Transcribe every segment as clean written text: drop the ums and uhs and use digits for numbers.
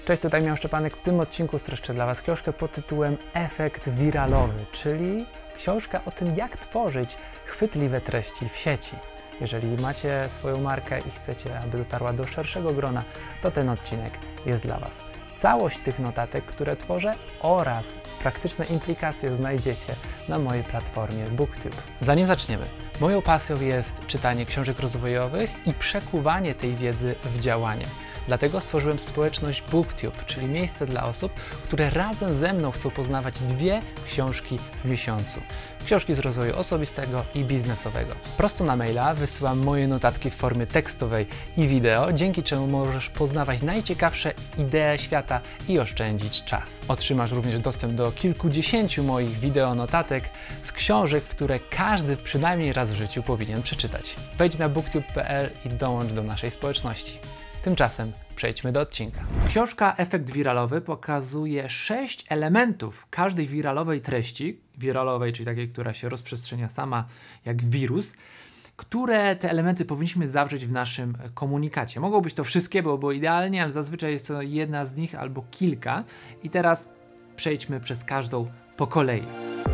Cześć, tutaj Michał Szczepanek. W tym odcinku streszczę dla Was książkę pod tytułem Efekt wiralowy, czyli książka o tym, jak tworzyć chwytliwe treści w sieci. Jeżeli macie swoją markę i chcecie, aby dotarła do szerszego grona, to ten odcinek jest dla Was. Całość tych notatek, które tworzę, oraz praktyczne implikacje znajdziecie na mojej platformie BookTube. Zanim zaczniemy, moją pasją jest czytanie książek rozwojowych i przekuwanie tej wiedzy w działanie. Dlatego stworzyłem społeczność BookTube, czyli miejsce dla osób, które razem ze mną chcą poznawać 2 książki w miesiącu. Książki z rozwoju osobistego i biznesowego. Prosto na maila wysyłam moje notatki w formie tekstowej i wideo, dzięki czemu możesz poznawać najciekawsze idee świata i oszczędzić czas. Otrzymasz również dostęp do kilkudziesięciu moich wideonotatek z książek, które każdy przynajmniej raz w życiu powinien przeczytać. Wejdź na booktube.pl i dołącz do naszej społeczności. Tymczasem przejdźmy do odcinka. Książka Efekt wiralowy pokazuje 6 elementów każdej wiralowej treści, wiralowej, czyli takiej, która się rozprzestrzenia sama jak wirus, które te elementy powinniśmy zawrzeć w naszym komunikacie. Mogą być to wszystkie, bo było idealnie, ale zazwyczaj jest to jedna z nich albo kilka. I teraz przejdźmy przez każdą po kolei.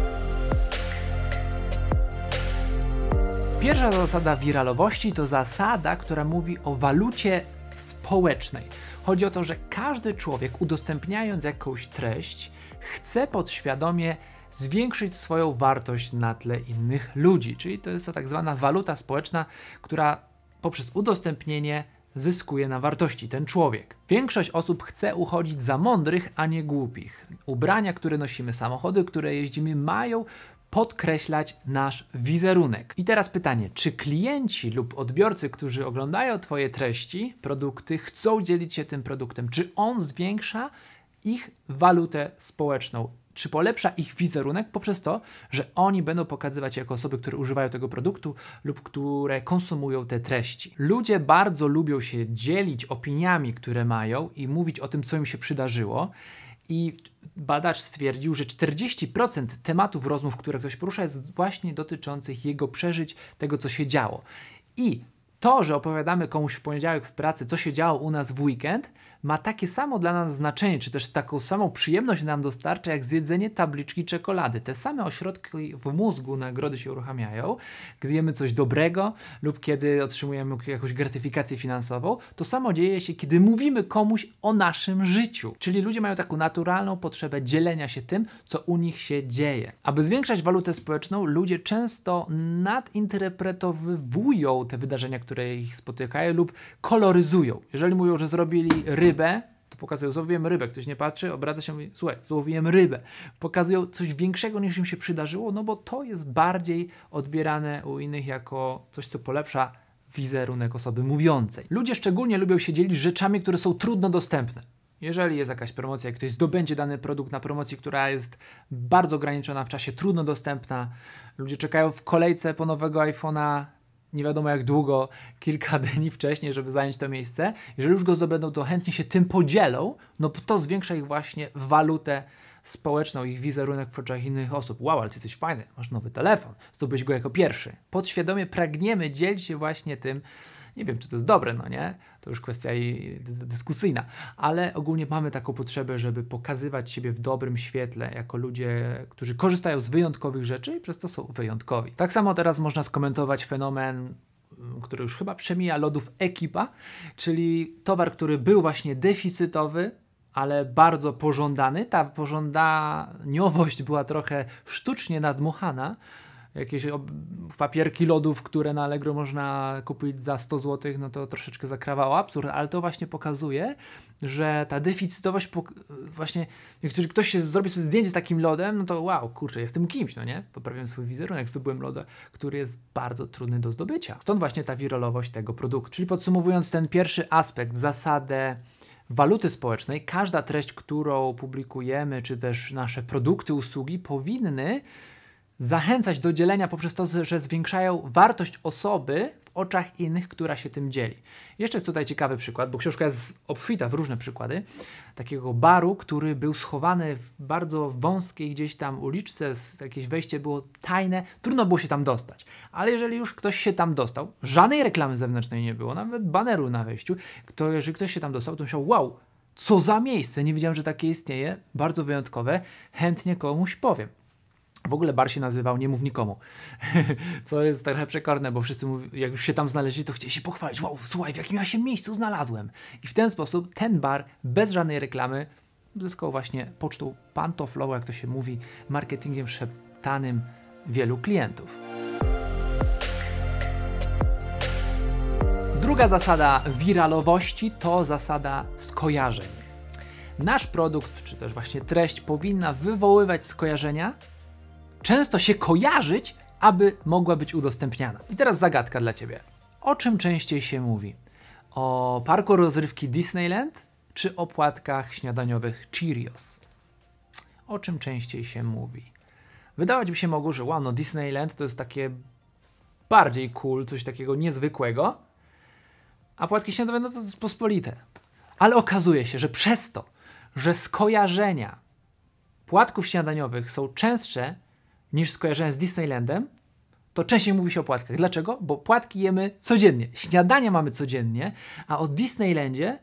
Pierwsza zasada wiralowości to zasada, która mówi o walucie społecznej. Chodzi o to, że każdy człowiek, udostępniając jakąś treść, chce podświadomie zwiększyć swoją wartość na tle innych ludzi. Czyli to jest to tak zwana waluta społeczna, która poprzez udostępnienie zyskuje na wartości ten człowiek. Większość osób chce uchodzić za mądrych, a nie głupich. Ubrania, które nosimy, samochody, które jeździmy, mają podkreślać nasz wizerunek. I teraz pytanie, czy klienci lub odbiorcy, którzy oglądają Twoje treści, produkty, chcą dzielić się tym produktem? Czy on zwiększa ich walutę społeczną? Czy polepsza ich wizerunek poprzez to, że oni będą pokazywać się jako osoby, które używają tego produktu lub które konsumują te treści? Ludzie bardzo lubią się dzielić opiniami, które mają i mówić o tym, co im się przydarzyło. I badacz stwierdził, że 40% tematów rozmów, które ktoś porusza, jest właśnie dotyczących jego przeżyć, tego, co się działo. I to, że opowiadamy komuś w poniedziałek w pracy, co się działo u nas w weekend, ma takie samo dla nas znaczenie, czy też taką samą przyjemność nam dostarcza, jak zjedzenie tabliczki czekolady. Te same ośrodki w mózgu nagrody się uruchamiają, gdy jemy coś dobrego lub kiedy otrzymujemy jakąś gratyfikację finansową. To samo dzieje się, kiedy mówimy komuś o naszym życiu. Czyli ludzie mają taką naturalną potrzebę dzielenia się tym, co u nich się dzieje. Aby zwiększać walutę społeczną, ludzie często nadinterpretowują te wydarzenia, które ich spotykają lub koloryzują. Jeżeli mówią, że zrobili rybę, to pokazują, złowiłem rybę. Ktoś nie patrzy, obraca się i mówi, słuchaj, złowiłem rybę. Pokazują coś większego niż im się przydarzyło, no bo to jest bardziej odbierane u innych jako coś, co polepsza wizerunek osoby mówiącej. Ludzie szczególnie lubią się dzielić rzeczami, które są trudno dostępne. Jeżeli jest jakaś promocja, jak ktoś zdobędzie dany produkt na promocji, która jest bardzo ograniczona w czasie, trudno dostępna, ludzie czekają w kolejce po nowego iPhone'a nie wiadomo jak długo, kilka dni wcześniej, żeby zająć to miejsce. Jeżeli już go zdobędą, to chętnie się tym podzielą, no bo to zwiększa ich właśnie walutę społeczną, ich wizerunek w oczach innych osób. Wow, ale ty jesteś fajny, masz nowy telefon, zdobyłeś go jako pierwszy. Podświadomie pragniemy dzielić się właśnie tym. Nie wiem, czy to jest dobre, no nie? To już kwestia dyskusyjna, ale ogólnie mamy taką potrzebę, żeby pokazywać siebie w dobrym świetle, jako ludzie, którzy korzystają z wyjątkowych rzeczy i przez to są wyjątkowi. Tak samo teraz można skomentować fenomen, który już chyba przemija, lodów Ekipa, czyli towar, który był właśnie deficytowy, ale bardzo pożądany. Ta pożądaniowość była trochę sztucznie nadmuchana. Jakieś papierki lodów, które na Allegro można kupić za 100 zł, no to troszeczkę zakrawało absurd, ale to właśnie pokazuje, że ta deficytowość, właśnie jeżeli ktoś się zrobi sobie zdjęcie z takim lodem, no to wow, kurczę, jestem kimś, no nie? Poprawiam swój wizerunek, zdobyłem loda, który jest bardzo trudny do zdobycia. Stąd właśnie ta wiralowość tego produktu. Czyli podsumowując ten pierwszy aspekt, zasadę waluty społecznej, każda treść, którą publikujemy, czy też nasze produkty, usługi powinny zachęcać do dzielenia poprzez to, że zwiększają wartość osoby w oczach innych, która się tym dzieli. Jeszcze jest tutaj ciekawy przykład, bo książka jest obfita w różne przykłady, takiego baru, który był schowany w bardzo wąskiej gdzieś tam uliczce, jakieś wejście było tajne, trudno było się tam dostać. Ale jeżeli już ktoś się tam dostał, żadnej reklamy zewnętrznej nie było, nawet baneru na wejściu, to jeżeli ktoś się tam dostał, to myślał, wow, Co za miejsce, nie wiedziałem, że takie istnieje, bardzo wyjątkowe, chętnie komuś powiem. W ogóle bar się nazywał Nie mów nikomu, co jest trochę przekorne, bo wszyscy jak już się tam znaleźli, to chcieli się pochwalić, wow, słuchaj, w jakim ja się miejscu znalazłem. I w ten sposób ten bar, bez żadnej reklamy, zyskał właśnie pocztą pantoflową, jak to się mówi, marketingiem szeptanym wielu klientów. Druga zasada wiralowości to zasada skojarzeń. Nasz produkt, czy też właśnie treść powinna wywoływać skojarzenia, często się kojarzyć, aby mogła być udostępniana. I teraz zagadka dla Ciebie. O czym częściej się mówi? O parku rozrywki Disneyland, czy o płatkach śniadaniowych Cheerios? O czym częściej się mówi? Wydawać by się mogło, że wow, no Disneyland to jest takie bardziej cool, coś takiego niezwykłego, a płatki śniadaniowe no to jest pospolite. Ale okazuje się, że przez to, że skojarzenia płatków śniadaniowych są częstsze niż skojarzenia z Disneylandem, to częściej mówi się o płatkach. Dlaczego? Bo płatki jemy codziennie. Śniadania mamy codziennie, a o Disneylandzie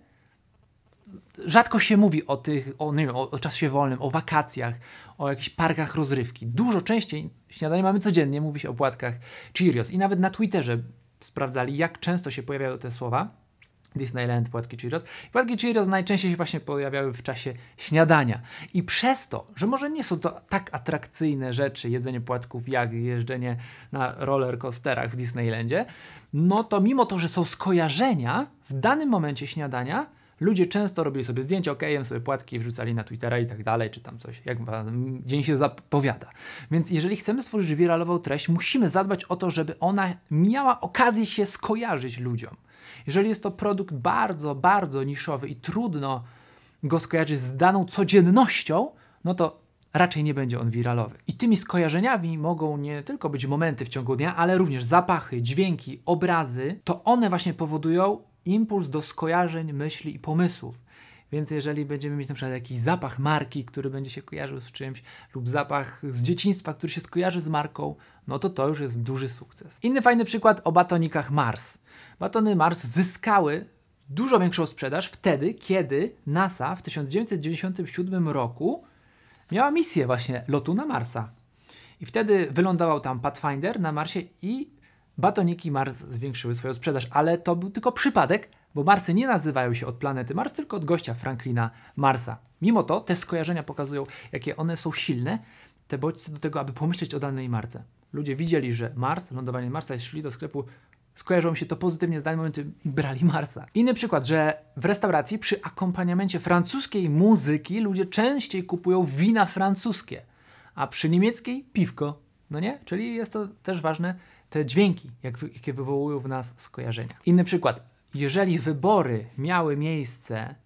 rzadko się mówi nie wiem, o czasie wolnym, o wakacjach, o jakichś parkach rozrywki. Dużo częściej śniadanie mamy codziennie, mówi się o płatkach Cheerios. I nawet na Twitterze sprawdzali, jak często się pojawiają te słowa. Disneyland, płatki Cheerios. Płatki Cheerios najczęściej się właśnie pojawiały w czasie śniadania. I przez to, że może nie są to tak atrakcyjne rzeczy, jedzenie płatków, jak jeżdżenie na roller coasterach w Disneylandzie, no to mimo to, że są skojarzenia, w danym momencie śniadania ludzie często robili sobie zdjęcia, jem sobie płatki, wrzucali na Twittera i tak dalej, czy tam coś, jak dzień się zapowiada. Więc jeżeli chcemy stworzyć wiralową treść, musimy zadbać o to, żeby ona miała okazję się skojarzyć ludziom. Jeżeli jest to produkt bardzo, bardzo niszowy i trudno go skojarzyć z daną codziennością, no to raczej nie będzie on wiralowy. I tymi skojarzeniami mogą nie tylko być momenty w ciągu dnia, ale również zapachy, dźwięki, obrazy. To one właśnie powodują impuls do skojarzeń, myśli i pomysłów. Więc jeżeli będziemy mieć na przykład jakiś zapach marki, który będzie się kojarzył z czymś, lub zapach z dzieciństwa, który się skojarzy z marką, no to już jest duży sukces. Inny fajny przykład o batonikach Mars. Batony Mars zyskały dużo większą sprzedaż wtedy, kiedy NASA w 1997 roku miała misję właśnie lotu na Marsa. I wtedy wylądował tam Pathfinder na Marsie i batoniki Mars zwiększyły swoją sprzedaż. Ale to był tylko przypadek, bo Marsy nie nazywają się od planety Mars, tylko od gościa Franklina Marsa. Mimo to te skojarzenia pokazują, jakie one są silne, te bodźce do tego, aby pomyśleć o danej marce. Ludzie widzieli, że Mars, lądowanie Marsa, szli do sklepu, skojarzyło mi się to pozytywnie z danym momentem i brali Marsa. Inny przykład, że w restauracji przy akompaniamencie francuskiej muzyki ludzie częściej kupują wina francuskie, a przy niemieckiej piwko. No nie? Czyli jest to też ważne, te dźwięki, jakie wywołują w nas skojarzenia. Inny przykład. Jeżeli wybory miały miejsce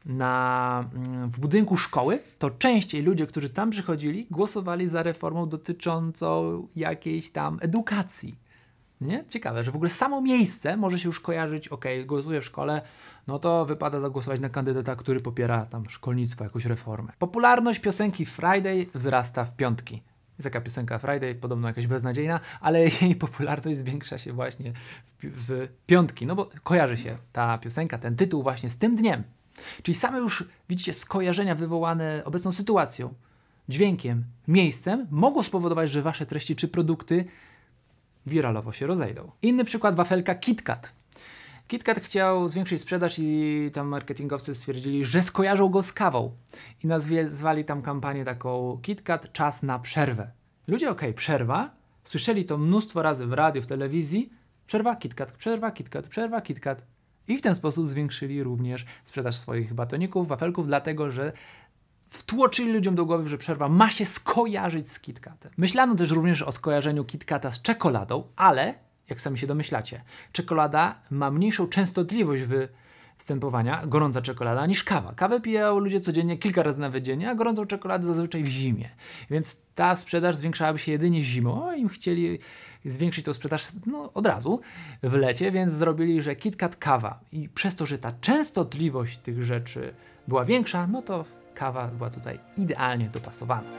w budynku szkoły, to częściej ludzie, którzy tam przychodzili, głosowali za reformą dotyczącą jakiejś tam edukacji. Nie? Ciekawe, że w ogóle samo miejsce może się już kojarzyć, głosuję w szkole, no to wypada zagłosować na kandydata, który popiera tam szkolnictwo, jakąś reformę. Popularność piosenki Friday wzrasta w piątki. Jest taka piosenka Friday, podobno jakaś beznadziejna, ale jej popularność zwiększa się właśnie w piątki, no bo kojarzy się ta piosenka, ten tytuł właśnie z tym dniem. Czyli same już, widzicie, skojarzenia wywołane obecną sytuacją, dźwiękiem, miejscem mogą spowodować, że wasze treści czy produkty wiralowo się rozejdą. Inny przykład, wafelka KitKat. KitKat chciał zwiększyć sprzedaż i tam marketingowcy stwierdzili, że skojarzą go z kawą. I nazwali tam kampanię taką KitKat czas na przerwę. Ludzie, przerwa, słyszeli to mnóstwo razy w radiu, w telewizji, przerwa KitKat, przerwa KitKat, przerwa KitKat. I w ten sposób zwiększyli również sprzedaż swoich batoników, wafelków, dlatego że wtłoczyli ludziom do głowy, że przerwa ma się skojarzyć z KitKatem. Myślano też również o skojarzeniu KitKata z czekoladą, ale jak sami się domyślacie, czekolada ma mniejszą częstotliwość występowania, gorąca czekolada, niż kawa. Kawę piją ludzie codziennie, kilka razy nawet dziennie, a gorącą czekoladę zazwyczaj w zimie. Więc ta sprzedaż zwiększałaby się jedynie zimą. Im chcieli zwiększyć tą sprzedaż od razu w lecie, więc zrobili, że KitKat kawa. I przez to, że ta częstotliwość tych rzeczy była większa, no to kawa była tutaj idealnie dopasowana.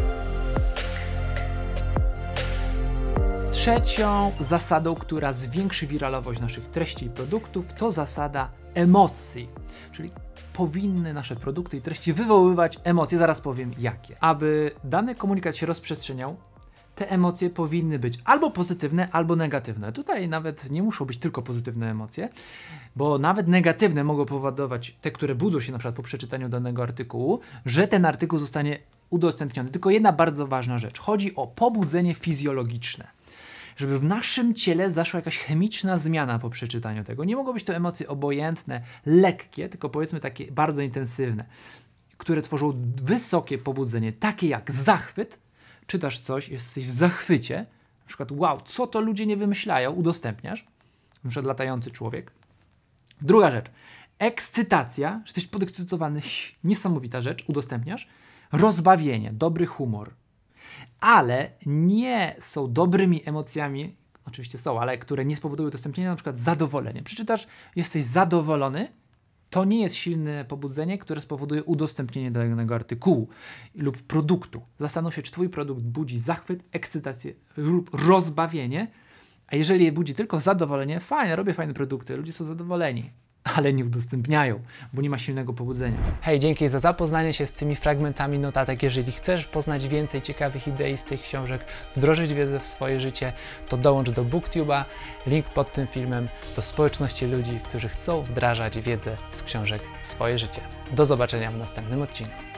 Trzecią zasadą, która zwiększy wiralowość naszych treści i produktów, to zasada emocji. Czyli powinny nasze produkty i treści wywoływać emocje, zaraz powiem jakie. Aby dany komunikat się rozprzestrzeniał, te emocje powinny być albo pozytywne, albo negatywne. Tutaj nawet nie muszą być tylko pozytywne emocje, bo nawet negatywne mogą powodować, te, które budzą się na przykład po przeczytaniu danego artykułu, że ten artykuł zostanie udostępniony. Tylko jedna bardzo ważna rzecz. Chodzi o pobudzenie fizjologiczne. Żeby w naszym ciele zaszła jakaś chemiczna zmiana po przeczytaniu tego. Nie mogą być to emocje obojętne, lekkie, tylko powiedzmy takie bardzo intensywne, które tworzą wysokie pobudzenie, takie jak zachwyt. Czytasz coś, jesteś w zachwycie, na przykład wow, co to ludzie nie wymyślają, udostępniasz, na przykład latający człowiek. Druga rzecz, ekscytacja, że jesteś podekscytowany, niesamowita rzecz, udostępniasz. Rozbawienie, dobry humor, ale nie są dobrymi emocjami, oczywiście są, ale które nie spowodują udostępnienia, na przykład zadowolenie. Przeczytasz, jesteś zadowolony, to nie jest silne pobudzenie, które spowoduje udostępnienie danego artykułu lub produktu. Zastanów się, czy twój produkt budzi zachwyt, ekscytację lub rozbawienie, a jeżeli budzi tylko zadowolenie, fajnie, robię fajne produkty, ludzie są zadowoleni, ale nie udostępniają, bo nie ma silnego pobudzenia. Hej, dzięki za zapoznanie się z tymi fragmentami notatek. Jeżeli chcesz poznać więcej ciekawych idei z tych książek, wdrożyć wiedzę w swoje życie, to dołącz do BookTube'a, link pod tym filmem, do społeczności ludzi, którzy chcą wdrażać wiedzę z książek w swoje życie. Do zobaczenia w następnym odcinku.